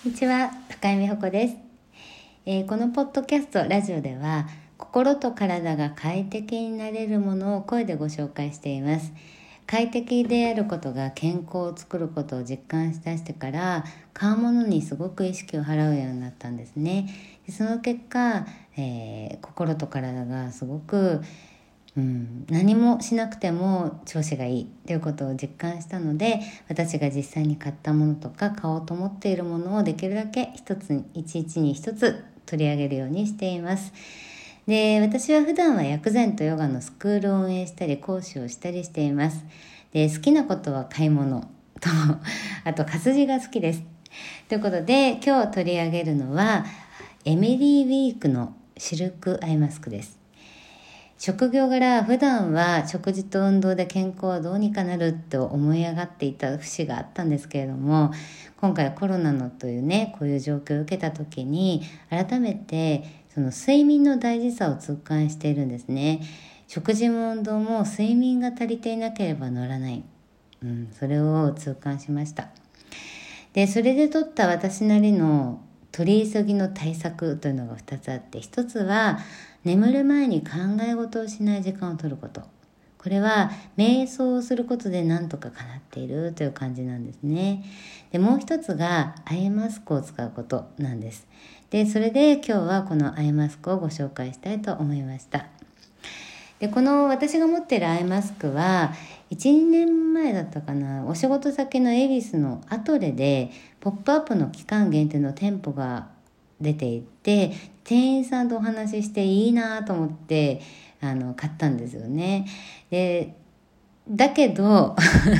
こんにちは、深井美穂子です。このポッドキャストラジオでは心と体が快適になれるものを声でご紹介しています。快適であることが健康を作ることを実感しだしてから買うものにすごく意識を払うようになったんですね。でその結果、心と体がすごく何もしなくても調子がいいということを実感したので、私が実際に買ったものとか買おうと思っているものをできるだけ一日に一つ取り上げるようにしています。で、私は普段は薬膳とヨガのスクールを運営したり講師をしたりしています。で、好きなことは買い物とあと活字が好きです。ということで今日取り上げるのはエミリー・ウィークのシルクアイマスクです。職業柄普段は食事と運動で健康はどうにかなると思い上がっていた節があったんですけれども、今回コロナのというね、こういう状況を受けた時に改めてその睡眠の大事さを痛感しているんですね。食事も運動も睡眠が足りていなければ乗らない、それを痛感しました。で、それで取った私なりの取り急ぎの対策というのが2つあって、1つは眠る前に考え事をしない時間を取ること。これは瞑想をすることで何とか叶っているという感じなんですね。で、もう一つがアイマスクを使うことなんです。で、それで今日はこのアイマスクをご紹介したいと思いました。で、この私が持っているアイマスクは1、2年前だったかな、お仕事先の恵比寿のアトレでポップアップの期間限定の店舗が出ていて、店員さんとお話ししていいなと思って買ったんですよね。で、だけど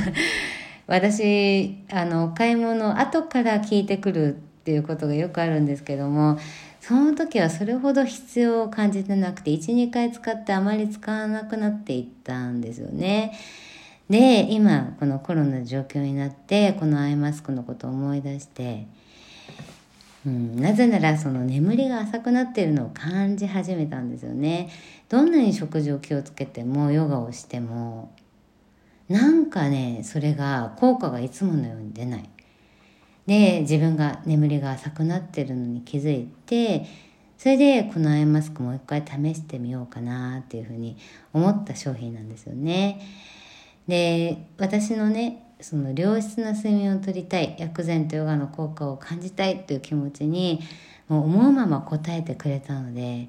私買い物後から聞いてくるっていうことがよくあるんですけども、その時はそれほど必要を感じてなくて 1,2 回使ってあまり使わなくなっていったんですよね。で、今このコロナの状況になってこのアイマスクのことを思い出して、なぜならその眠りが浅くなっているのを感じ始めたんですよね。どんなに食事を気をつけてもヨガをしてもなんかね、それが効果がいつものように出ない。で、自分が眠りが浅くなっているのに気づいて、それでこのアイマスクもう一回試してみようかなっていうふうに思った商品なんですよね。で、私のね、その良質な睡眠をとりたい、薬膳とヨガの効果を感じたいという気持ちにもう思うまま応えてくれたので、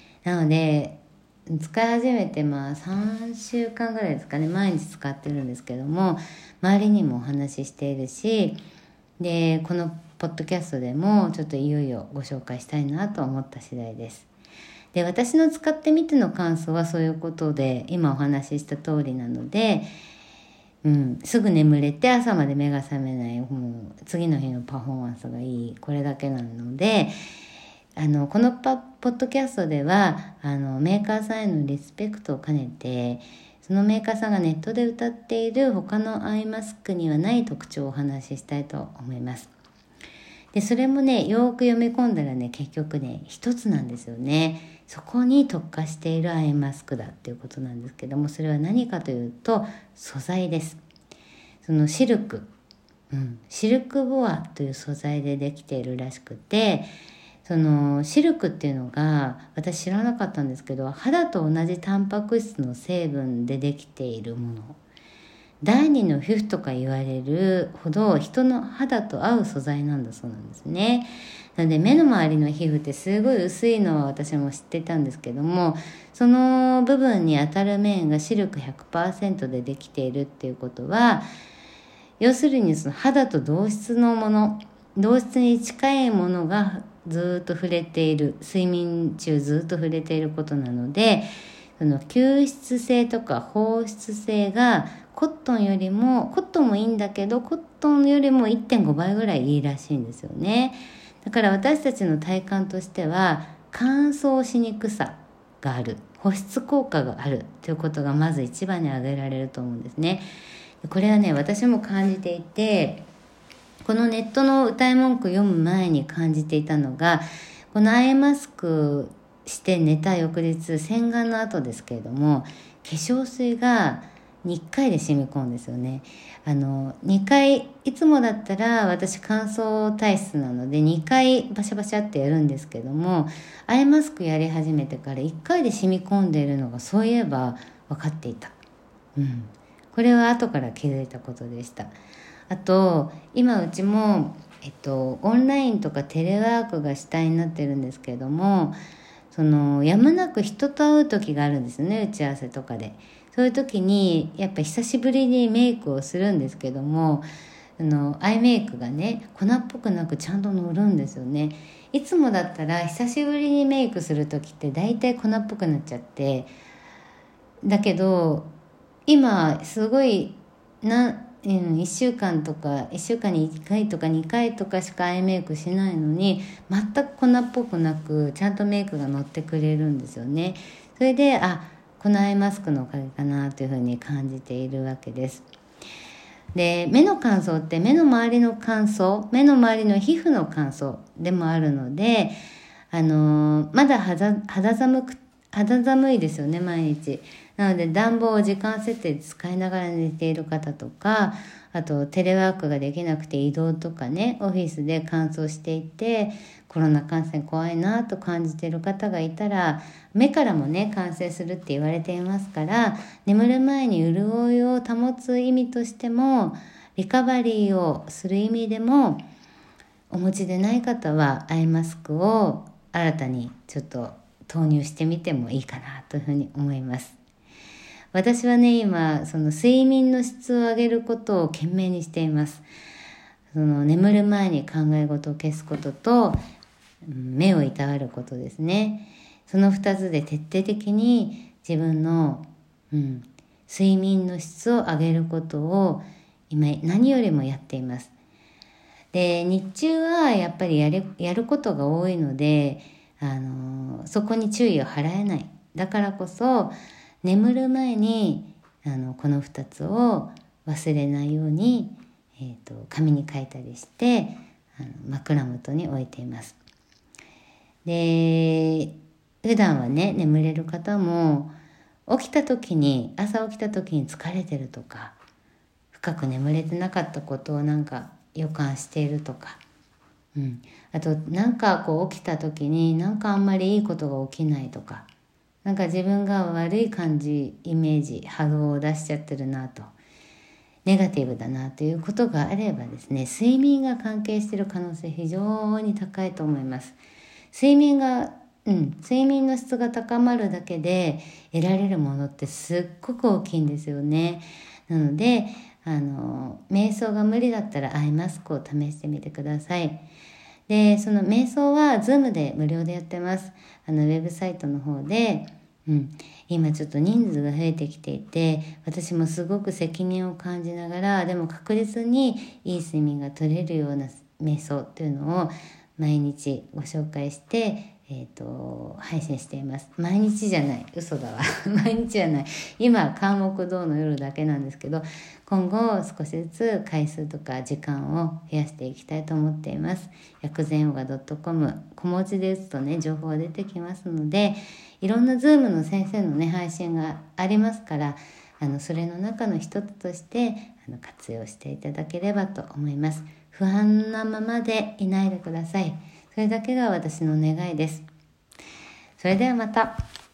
使い始めて3週間ぐらいですかね、毎日使ってるんですけども、周りにもお話ししているし、で、このポッドキャストでもちょっといよいよご紹介したいなと思った次第です。で、私の使ってみての感想はそういうことで、今お話しした通りなので、すぐ眠れて朝まで目が覚めない、もう次の日のパフォーマンスがいい、これだけなので、このポッドキャストではメーカーさんへのリスペクトを兼ねて、そのメーカーさんがネットで謳っている他のアイマスクにはない特徴をお話ししたいと思います。で、それもね、よく読み込んだらね、結局ね、一つなんですよね。そこに特化しているアイマスクだっていうことなんですけども、それは何かというと素材です。そのシルクボアという素材でできているらしくて、そのシルクっていうのが私知らなかったんですけど、肌と同じタンパク質の成分でできているもの、第二の皮膚とか言われるほど人の肌と合う素材なんだそうなんですね。なので目の周りの皮膚ってすごい薄いのは私も知ってたんですけども、その部分に当たる面がシルク 100% でできているっていうことは、要するにその肌と同質のもの、同質に近いものがずっと触れている、睡眠中ずっと触れていることなので、その吸湿性とか放湿性がコットンもいいんだけど、コットンよりも 1.5 倍ぐらいいいらしいんですよね。だから私たちの体感としては乾燥しにくさがある、保湿効果があるということがまず一番に挙げられると思うんですね。これはね、私も感じていて、このネットの歌い文句読む前に感じていたのが、このアイマスクして寝た翌日、洗顔の後ですけれども、化粧水がに1回で染み込むんですよね。2回、いつもだったら私乾燥体質なので2回バシャバシャってやるんですけども、アイマスクやり始めてから1回で染み込んでいるのがそういえば分かっていた。これは後から気づいたことでした。あと今うちも、オンラインとかテレワークが主体になってるんですけれども、やむなく人と会う時があるんですよね、打ち合わせとかで。そういう時にやっぱ久しぶりにメイクをするんですけども、アイメイクがね粉っぽくなくちゃんと乗るんですよね。いつもだったら久しぶりにメイクする時って大体粉っぽくなっちゃって、だけど今すごい1週間とか1週間に1回とか2回とかしかアイメイクしないのに全く粉っぽくなくちゃんとメイクが乗ってくれるんですよね。それでこのアイマスクのおかげかなというふうに感じているわけです。で、目の乾燥って目の周りの乾燥、目の周りの皮膚の乾燥でもあるので、まだ肌寒いですよね、毎日。なので暖房を時間設定で使いながら寝ている方とか、あとテレワークができなくて移動とかね、オフィスで乾燥していてコロナ感染怖いなと感じている方がいたら、目からもね感染するって言われていますから、眠る前に潤いを保つ意味としてもリカバリーをする意味でも、お持ちでない方はアイマスクを新たにちょっと投入してみてもいいかなというふうに思います。私はね今睡眠の質を上げることを懸命にしています。眠る前に考え事を消すことと目をいたわることですね。その2つで徹底的に自分の、睡眠の質を上げることを今何よりもやっています。で、日中はやっぱりやることが多いのでそこに注意を払えない。だからこそ眠る前にこの2つを忘れないように、紙に書いたりして枕元に置いています。で、普段はね眠れる方も朝起きた時に疲れてるとか、深く眠れてなかったことを予感しているとか、あと起きた時にあんまりいいことが起きないとか、自分が悪い感じ、イメージ、波動を出しちゃってるなと、ネガティブだなということがあればですね、睡眠が関係している可能性非常に高いと思います。睡眠の質が高まるだけで得られるものってすっごく大きいんですよね。なので瞑想が無理だったらアイマスクを試してみてください。で、その瞑想は Zoom で無料でやってます。ウェブサイトの方で、今ちょっと人数が増えてきていて、私もすごく責任を感じながら、でも確実にいい睡眠が取れるような瞑想っていうのを毎日ご紹介して配信しています。毎日じゃない、嘘だわ毎日じゃない、今関木道の夜だけなんですけど、今後少しずつ回数とか時間を増やしていきたいと思っています。薬膳ヨガ .com 小文字で打つとね情報が出てきますので、いろんな Zoom の先生のね配信がありますから、それの中の一つとして活用していただければと思います。不安なままでいないでください。それだけが私の願いです。それではまた。